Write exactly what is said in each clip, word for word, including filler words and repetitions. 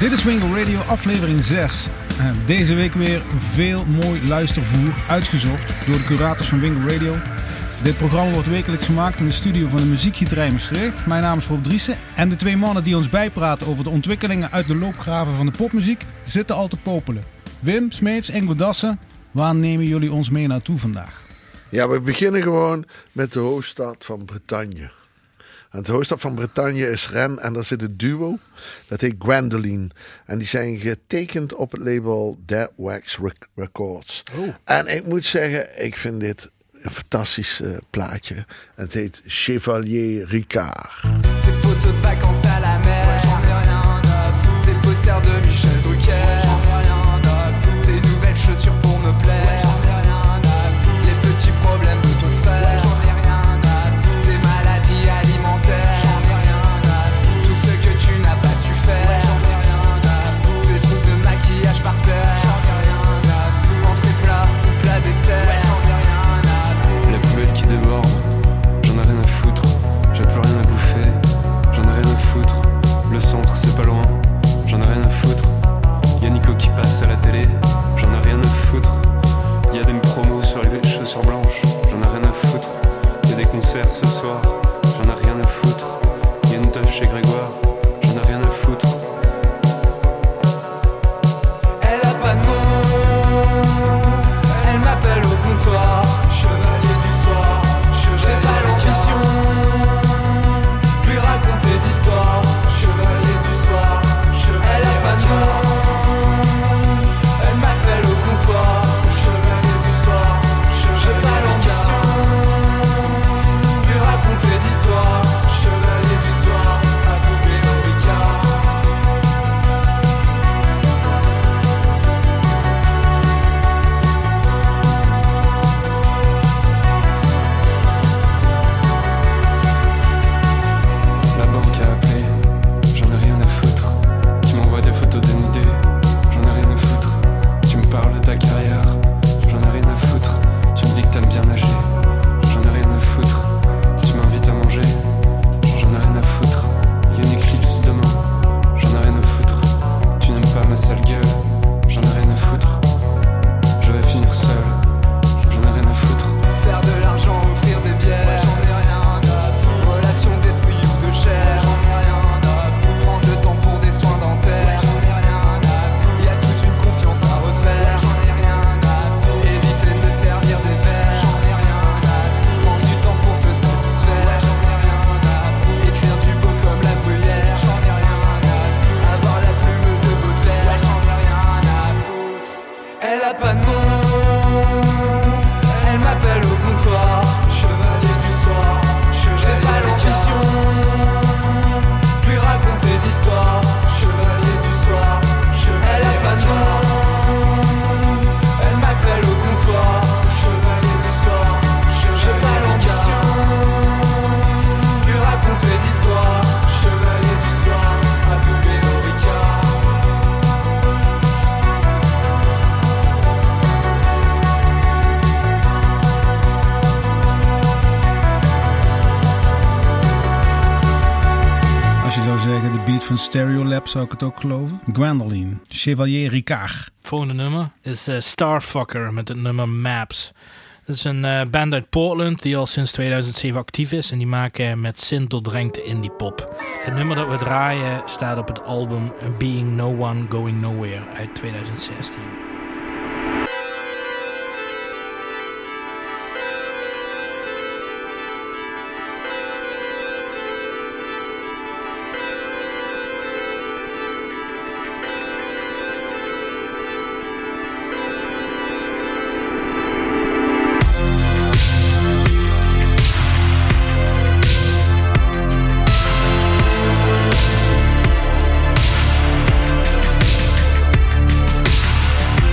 Dit is Wingo Radio, aflevering zes. Deze week weer veel mooi luistervoer, uitgezocht door de curators van Wingo Radio. Dit programma wordt wekelijks gemaakt in de studio van de Muziekgieterij Maastricht. Mijn naam is Rob Driessen en de twee mannen die ons bijpraten over de ontwikkelingen uit de loopgraven van de popmuziek zitten al te popelen. Wim Smeets en Godassen, waar nemen jullie ons mee naartoe vandaag? Ja, we beginnen gewoon met de hoofdstad van Bretagne. En de hoofdstad van Bretagne is Rennes en daar zit een duo, dat heet Gwendoline. En die zijn getekend op het label Dead Wax Records. Oh. En ik moet zeggen, ik vind dit een fantastisch uh, plaatje. En het heet Chevalier Ricard. Tes photos de vacances à la mer, j'en ai rien à foutre. Tes posters de Michel Drucker, j'en ai rien à foutre. Tes nouvelles chaussures pour me plaire, j'en ai rien à foutre. Les petits problèmes de ton frère, j'en ai rien à foutre. Tes maladies alimentaires, j'en ai rien à foutre. Tout ce que tu n'as pas su faire, j'en ai rien à foutre. Tes trousses de maquillage par terre, j'en ai rien à foutre. Entrée plat ou plat dessert, j'en ai rien à foutre. La poubelle qui déborde, j'en ai rien à foutre. J'ai plus rien à bouffer, j'en ai rien à foutre. Le centre c'est pas loin, j'en ai rien à foutre. Y'a Nico qui passe à la télé, j'en ai rien à foutre. Y'a des promos sur les chaussures blanches, j'en ai rien à foutre. Y'a des concerts ce soir, j'en ai rien à foutre. Y'a une teuf chez Grégoire, j'en ai rien à foutre. Elle a pas de nom, elle m'appelle au comptoir. Chevalier du soir, j'ai pas l'ambition lui raconter d'histoire. Chevalier du soir, elle a pas de nom, elle m'appelle au comptoir. Chevalier du soir, j'ai pas l'ambition lui raconter d'histoire. Chevalier du soir, à doubler au Ricard. La banque a appelé, j'en ai rien à foutre. Tu m'envoies des photos dénudées, j'en ai rien à foutre. Tu me parles de ta carrière, j'en ai rien à foutre. Tu me dis que t'aimes bien nager, j'en ai rien à foutre. Tu m'invites à manger, j'en ai rien à foutre. Y'a une éclipse demain, j'en ai rien à foutre. Tu n'aimes pas ma sale gueule, j'en ai rien à foutre. Je vais finir seul, j'en ai rien à foutre. Faire de l'argent, offrir des bières, j'en ai rien à foutre. Relation d'esprit ou de chair, j'en ai rien à foutre. Prendre le temps pour des soins dentaires, j'en ai rien à foutre. Y'a toute une confiance à refaire, j'en ai rien à foutre. Éviter de me servir des verres, j'en ai rien à foutre. Prendre du temps pour te satisfaire, j'en ai rien à foutre. Écrire du beau comme la bruyère, j'en ai rien à foutre. Avoir la plume de Baudelaire, j'en ai rien à foutre. Elle a pas de nom, elle m'appelle au comptoir. Chevalier du soir, j'ai pas l'ambition lui raconter d'histoire. Chevalier du soir, elle a pas de nom, elle m'appelle au comptoir. Chevalier du soir, j'ai pas l'ambition lui raconter d'histoire. Chevalier du soir, à doubler au Ricard. Als je zou zeggen de beat van Stereolab, zou ik het ook geloven. Gwendoline, Chevalier Ricard. Volgende nummer is uh, Starfucker met het nummer Maps. Het is een uh, band uit Portland die al sinds tweeduizend zeven actief is. En die maken met synth doordrenkte indie pop. Het nummer dat we draaien staat op het album Being No One Going Nowhere uit tweeduizend zestien. Chevalier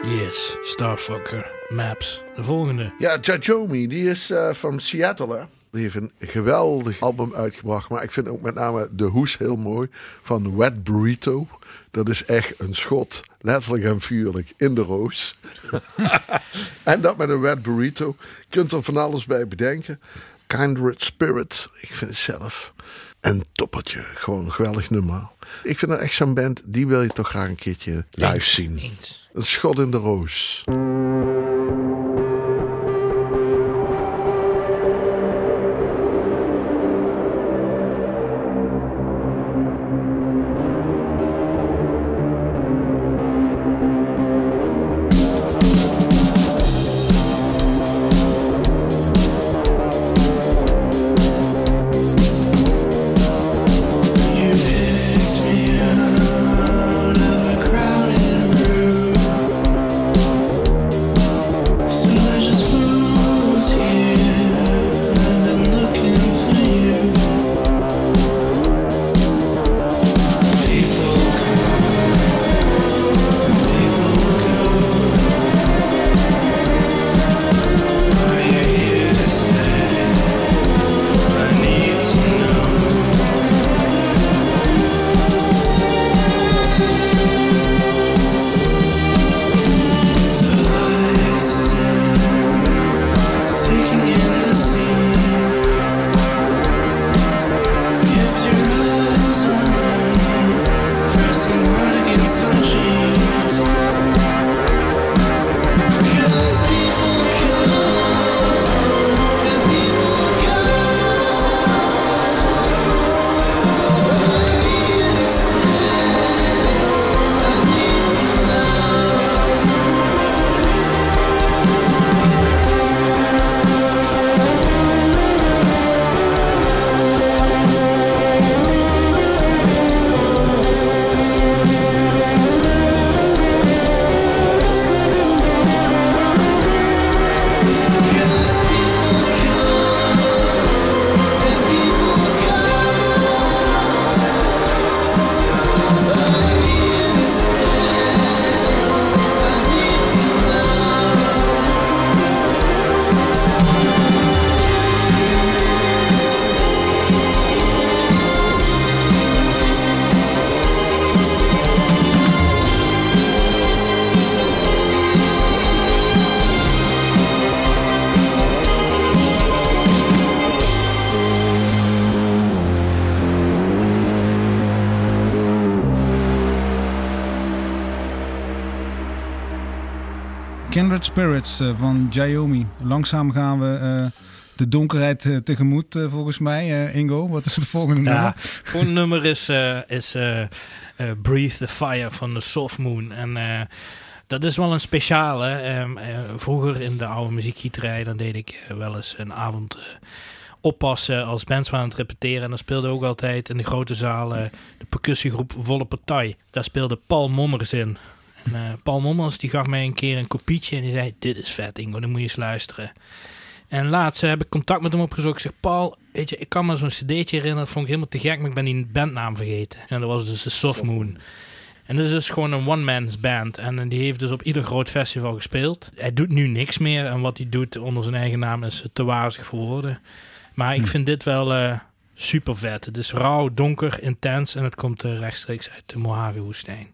Yes, Starfucker, Maps. De volgende. Ja, Jajomi, die is uh, van Seattle, hè. Die heeft een geweldig album uitgebracht. Maar ik vind ook met name de hoes heel mooi. Van Wet Burrito. Dat is echt een schot. Letterlijk en vuurlijk in de roos. En dat met een Wet Burrito. Je kunt er van alles bij bedenken. Kindred Spirits. Ik vind het zelf een toppertje. Gewoon een geweldig nummer. Ik vind dat echt zo'n band. Die wil je toch graag een keertje live zien. Eens. Een schot in de roos. Kindred Spirits uh, van Jayomi. Langzaam gaan we uh, de donkerheid uh, tegemoet, uh, volgens mij. Uh, Ingo, wat is het volgende ja, nummer? Het volgende nummer is, uh, is uh, uh, Breathe the Fire van de Soft Moon. En uh, dat is wel een speciale. Um, uh, vroeger in de oude muziekgieterij, dan deed ik uh, wel eens een avond... Uh, oppassen als bands waren aan het repeteren. En dan speelde ook altijd in de grote zaal uh, de percussiegroep Volle Partij. Daar speelde Paul Mommers in. En uh, Paul Mommers die gaf mij een keer een kopietje en die zei, dit is vet Ingo, dan moet je eens luisteren. En laatst uh, heb ik contact met hem opgezocht. Ik zeg, Paul, weet je, ik kan me zo'n cd'tje herinneren, dat vond ik helemaal te gek, maar ik ben die bandnaam vergeten. En dat was dus de Soft Moon. En dat is dus gewoon een one-man's band. En uh, die heeft dus op ieder groot festival gespeeld. Hij doet nu niks meer en wat hij doet onder zijn eigen naam is te wazig voor woorden. Maar ik vind dit wel uh, super vet. Het is rauw, donker, intens en het komt uh, rechtstreeks uit de Mojave-woestijn.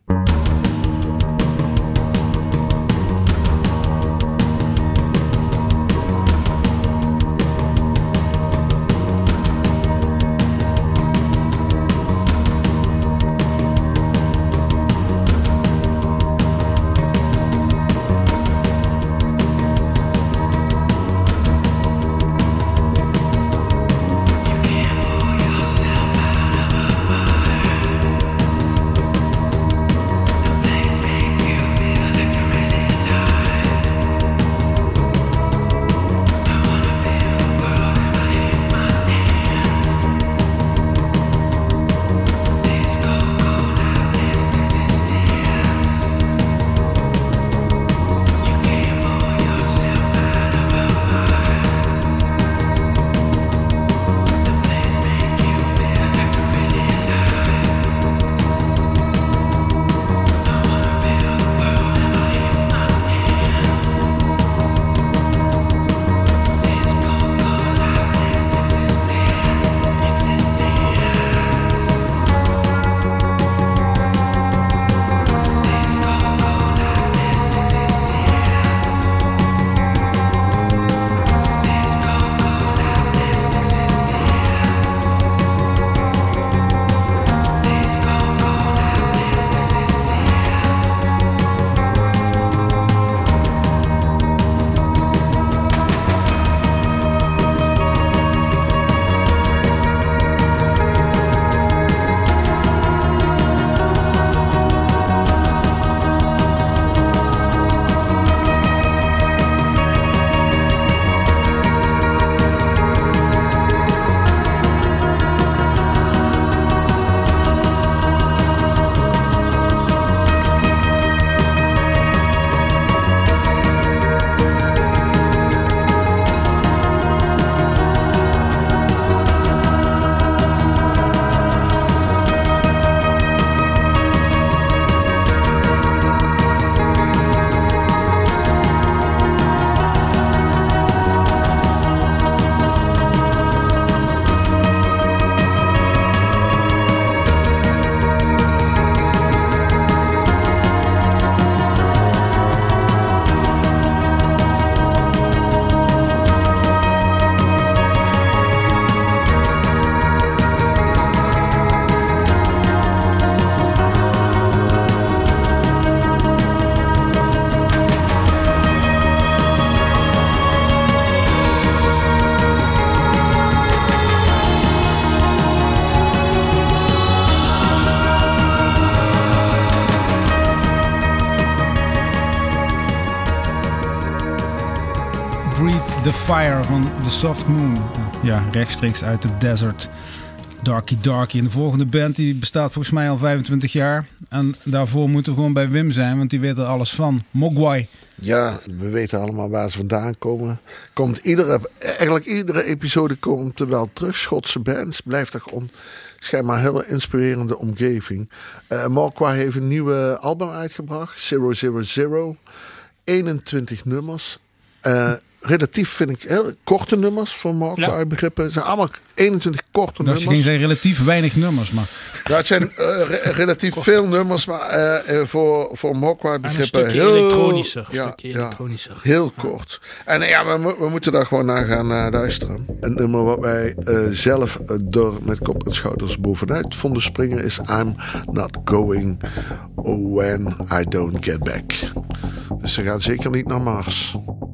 The Fire van The Soft Moon. Ja, rechtstreeks uit de desert. Darky Darky. En de volgende band die bestaat volgens mij al vijfentwintig jaar. En daarvoor moeten we gewoon bij Wim zijn, want die weet er alles van. Mogwai. Ja, we weten allemaal waar ze vandaan komen. Komt iedere, eigenlijk iedere episode komt er wel terug. Schotse bands. Blijft toch on, schijnbaar een hele inspirerende omgeving. Uh, Mogwai heeft een nieuwe album uitgebracht. zero zero zero. eenentwintig nummers. Uh, relatief vind ik heel korte nummers voor Mogwai ja. begrippen. Het zijn allemaal eenentwintig korte dat nummers. Dat zijn relatief weinig nummers, maar... Ja, het zijn uh, re- relatief Kort. veel nummers, maar uh, voor, voor Mogwai begrippen een heel... elektronischer. Ja, een stukje elektronischer. Ja, heel ja. kort. En ja, we, we moeten daar gewoon naar gaan uh, luisteren. Een nummer wat wij uh, zelf uh, door met kop en schouders bovenuit vonden springen is I'm Not Going When I Don't Get Back. Dus ze gaan zeker niet naar Mars.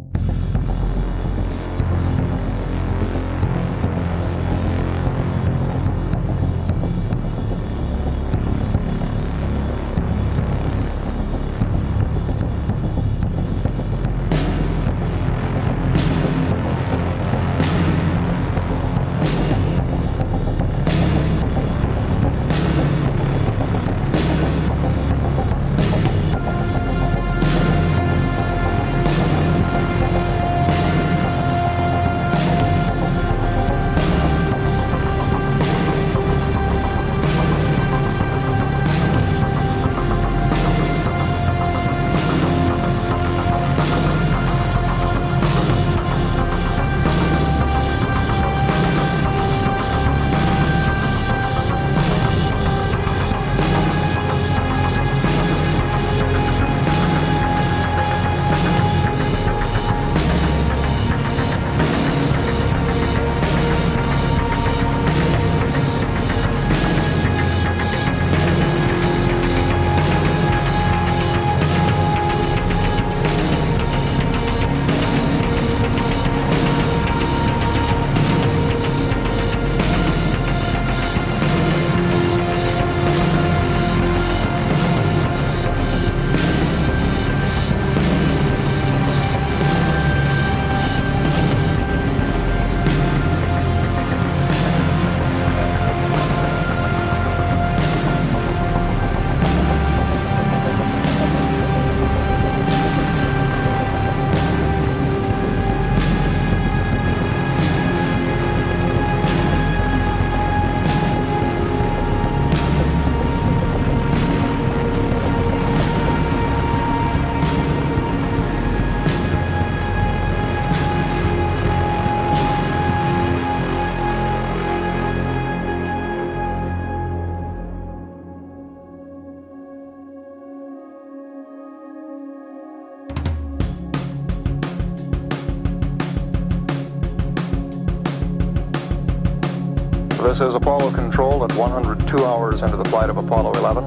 This is Apollo Control at one hundred two hours into the flight of Apollo eleven.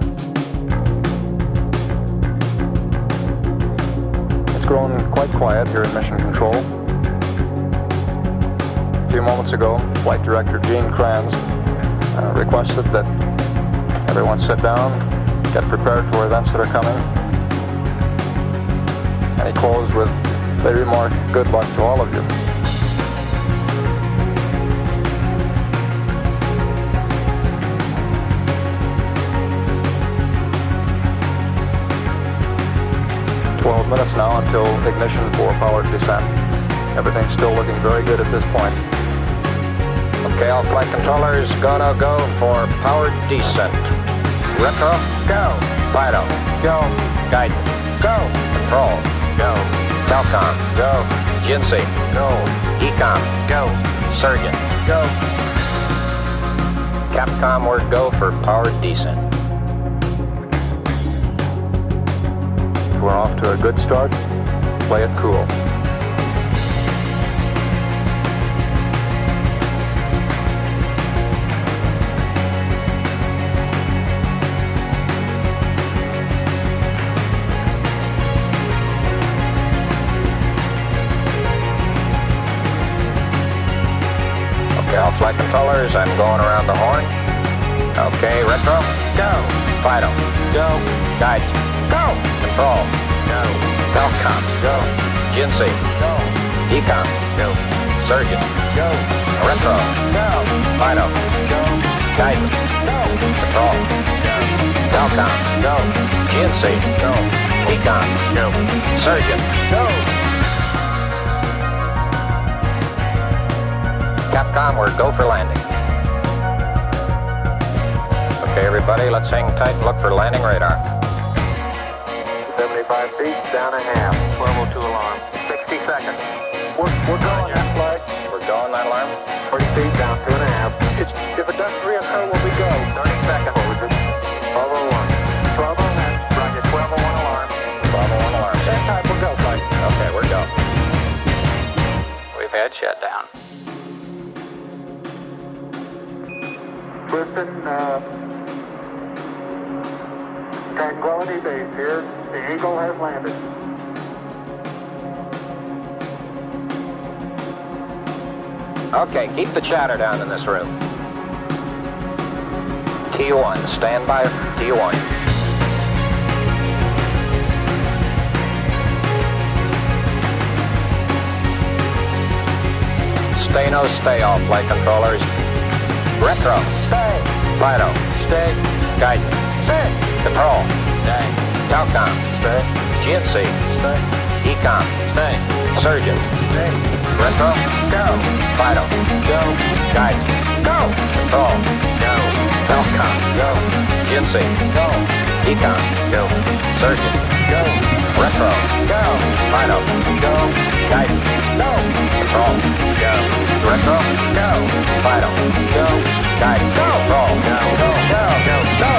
It's grown quite quiet here in Mission Control. A few moments ago, Flight Director Gene Kranz uh, requested that everyone sit down, get prepared for events that are coming. And he closed with the remark, good luck to all of you. twelve minutes now until ignition for powered descent. Everything's still looking very good at this point. Okay, all flight controllers, go, no, go for powered descent. Retro, go. Fido, go. Guidance, go. Control, go. Telcom, go. Jinsei, go. Ecom, go. Surgeon, go. Capcom, we're go for powered descent. We're off to a good start. Play it cool. Okay, all flight controllers, I'm going around the horn. Okay, retro, go. Fido, go. Guidance, go. Control, go. Telcom, go. Jinsei, go. Ecom, Go. Surgeon. Go. Retro. Go. Fido. Go. Guidance. Go. Control. Go. Telcom. Go. G N C. Go. Econ. Go. Surgeon. Go. Capcom, we're go for landing. Okay, everybody, let's hang tight and look for landing radar. seventy-five feet, down a half. twelve oh two alarm. sixty seconds. We're, we're going that flag. We're going that alarm. forty feet, down two and a half. It's, if it doesn't reoccur, will we go? thirty seconds. twelve oh one. twelve oh one. Roger, twelve oh one alarm. twelve oh one alarm. Same time, we'll go, flight. Okay, we're go. We've had shutdown. Listen, uh, Tranquility Base here. The Eagle has landed. Okay, keep the chatter down in this room. T one, stand by T one. Stay no stay all flight controllers. Retro, stay. Fido, stay. Guidance, stay. Control, stay. Telcom, stay. G N C, stay. Econ, stay. Surgeon, stay. Retro, go. Fido, go. Guidance, go. Control, go. Telcom, go. G N C, go. Econ, go. Surgeon, go. Retro, go. Fido, go. Guidance, go. Control, go. Retro, go. Fido, go. Guidance, go. Roll, go, go, go, go, go.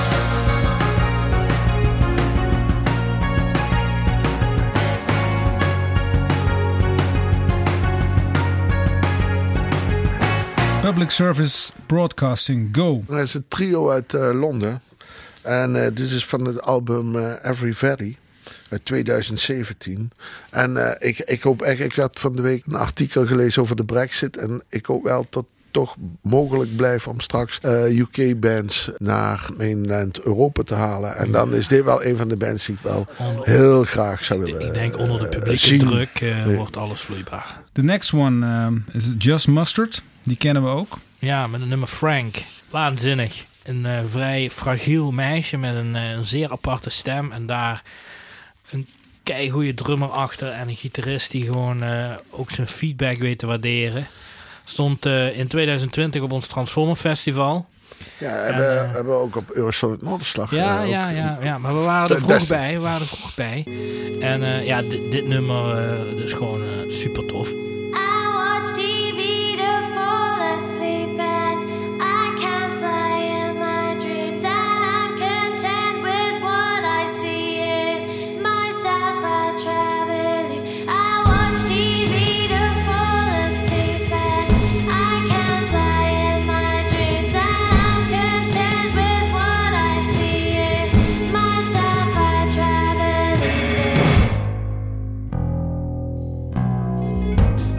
Public Service Broadcasting, Go. Dat is een trio uit uh, Londen. En uh, dit is van het album uh, Every Valley uit twintig zeventien. En uh, ik, ik hoop echt, ik had van de week een artikel gelezen over de Brexit. En ik hoop wel dat toch mogelijk blijft om straks uh, U K-bands naar mainland Europa te halen. En dan is dit wel een van de bands die ik wel onder, heel graag zou willen Ik denk onder de publieke zien. druk uh, nee. wordt alles vloeibaar. The next one um, is Just Mustard. Die kennen we ook. Ja, met het nummer Frank. Waanzinnig. Een uh, vrij fragiel meisje met een, uh, een zeer aparte stem. En daar een keigoeie drummer achter. En een gitarist die gewoon uh, ook zijn feedback weet te waarderen. Stond uh, in twintig twintig op ons Transformer Festival. Ja, hebben, en, uh, hebben we ook op Eurosonic Noorderslag. Ja, uh, ja, ook, ja, ja, maar we waren er vroeg bij. We waren er vroeg bij. En uh, ja, dit, dit nummer uh, is gewoon uh, super tof. I watch T V to fall asleep and I can't fly in my dreams and I'm content with what I see in myself. I travel. I watch T V to fall asleep and I can't fly in my dreams and I'm content with what I see in myself. I travel.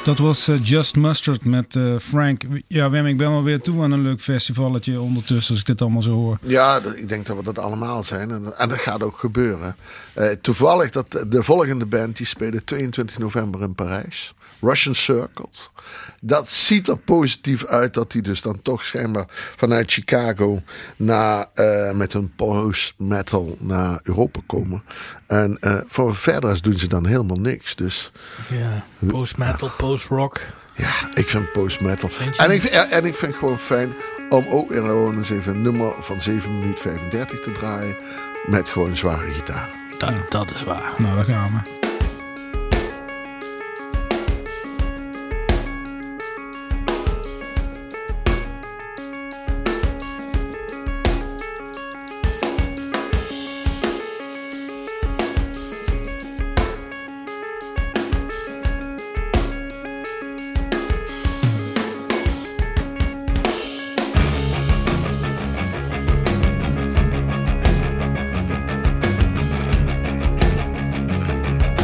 Dat was uh, Just Mustard met uh, Frank. Ja, Wim, ik ben wel weer toe aan een leuk festivalletje ondertussen, als ik dit allemaal zo hoor. Ja, d- ik denk dat we dat allemaal zijn. En, en dat gaat ook gebeuren. Uh, toevallig, dat de volgende band, die spelen tweeëntwintig november in Parijs. Russian Circles. Dat ziet er positief uit dat die dus dan toch schijnbaar vanuit Chicago naar, uh, met hun post-metal naar Europa komen. En uh, voor verder doen ze dan helemaal niks. Dus Ja, post-metal, post-rock. ja, ik vind post-metal. Vind je? En ik, vind- ja, en ik vind het gewoon fijn om ook weer gewoon eens even een nummer van zeven minuten vijfendertig te draaien. Met gewoon zware gitaar. Dat, dat is waar. Nou, daar gaan we. Thank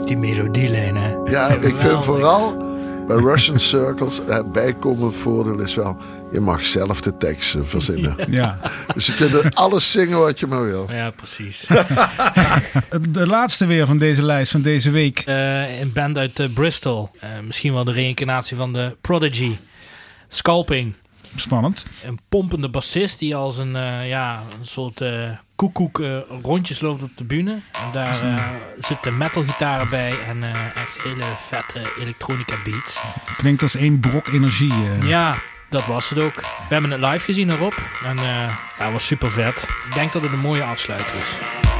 Die melodielijn, hè. Ja, ik vind vooral bij Russian Circles het bijkomend voordeel is wel, je mag zelf de teksten verzinnen. Ja. Dus je kunt alles zingen wat je maar wil. Ja, precies. De laatste weer van deze lijst van deze week. Uh, een band uit uh, Bristol. Uh, misschien wel de reïncarnatie van de Prodigy. Scalping. Spannend. Een pompende bassist die als een, uh, ja, een soort uh, koekoek uh, rondjes loopt op de bühne. En daar uh, zitten metalgitaren bij en uh, echt hele vette elektronica beats. Klinkt als één brok energie. Uh. Ja, dat was het ook. We hebben het live gezien erop en uh, ja, het was super vet. Ik denk dat het een mooie afsluiter is.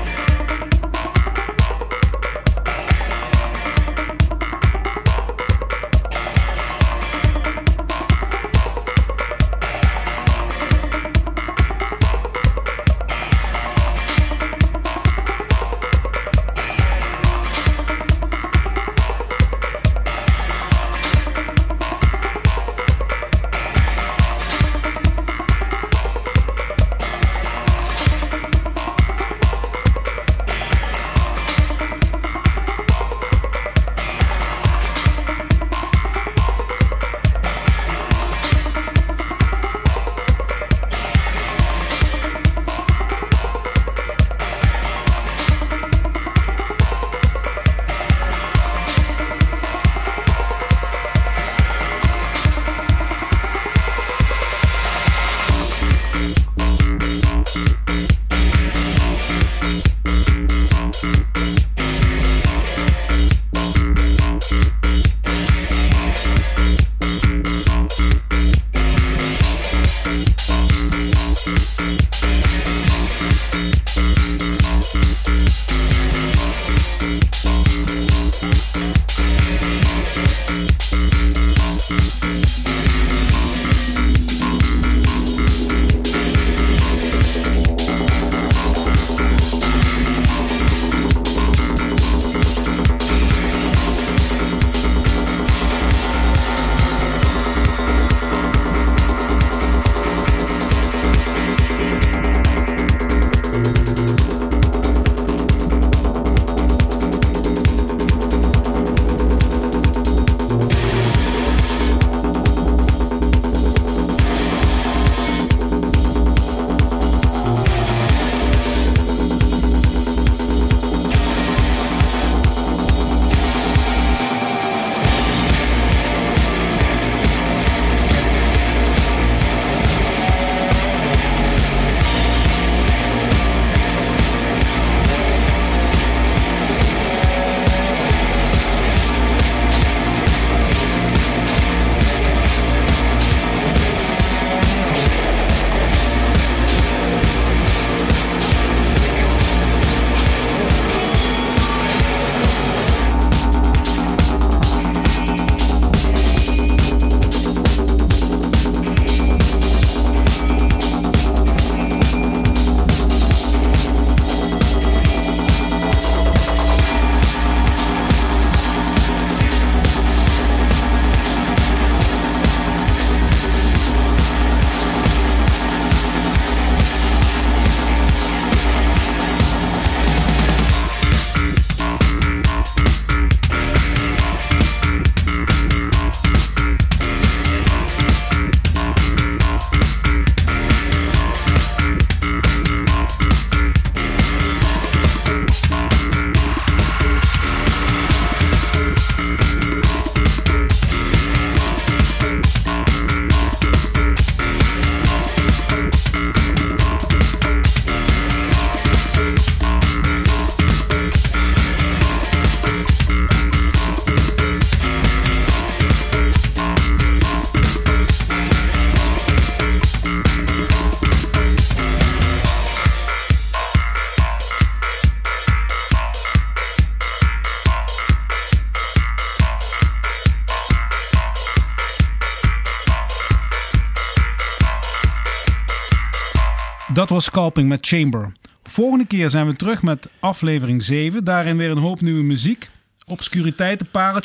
Dat was Scalping met Chamber. Volgende keer zijn we terug met aflevering zeven. Daarin weer een hoop nieuwe muziek, obscuriteiten, pareltjes.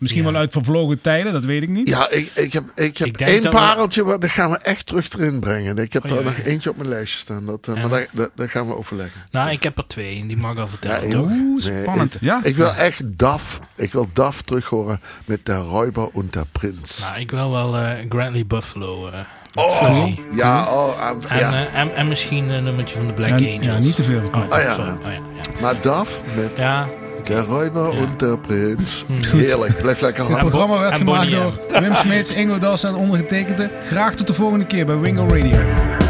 Misschien Ja. wel uit vervlogen tijden, dat weet ik niet. Ja, ik, ik heb, ik heb Ik denk één dat we- pareltje, wat dat gaan we echt terug erin brengen. Ik heb Oh, er ja, nog ja. eentje op mijn lijstje staan. Dat, uh, Ja. Maar daar, daar, daar gaan we overleggen. Nou, ik heb er twee. En die mag al vertellen, Ja, toch? Oeh, Nee, spannend. ik, ja? ik wil echt Duff. Ik wil Duff terug horen met de Räuber und der Prinz. Nou, ik wil wel uh, Grantley Buffalo. Uh, met Oh, Fuzzy. ja, oh, ah, En, ja. uh, en, en misschien een nummertje van de Black Ja, Angels. ja, niet te veel. Oh, Oh, ja. sorry. Oh, ja, ja. Maar Duff met Ja, de Räuber Ja. und der Prinz. Heerlijk, blijf lekker Het hangen. programma werd en gemaakt Bonnie door Wim Smeets, Ingo Das en ondergetekende. Graag tot de volgende keer bij Wingo Radio.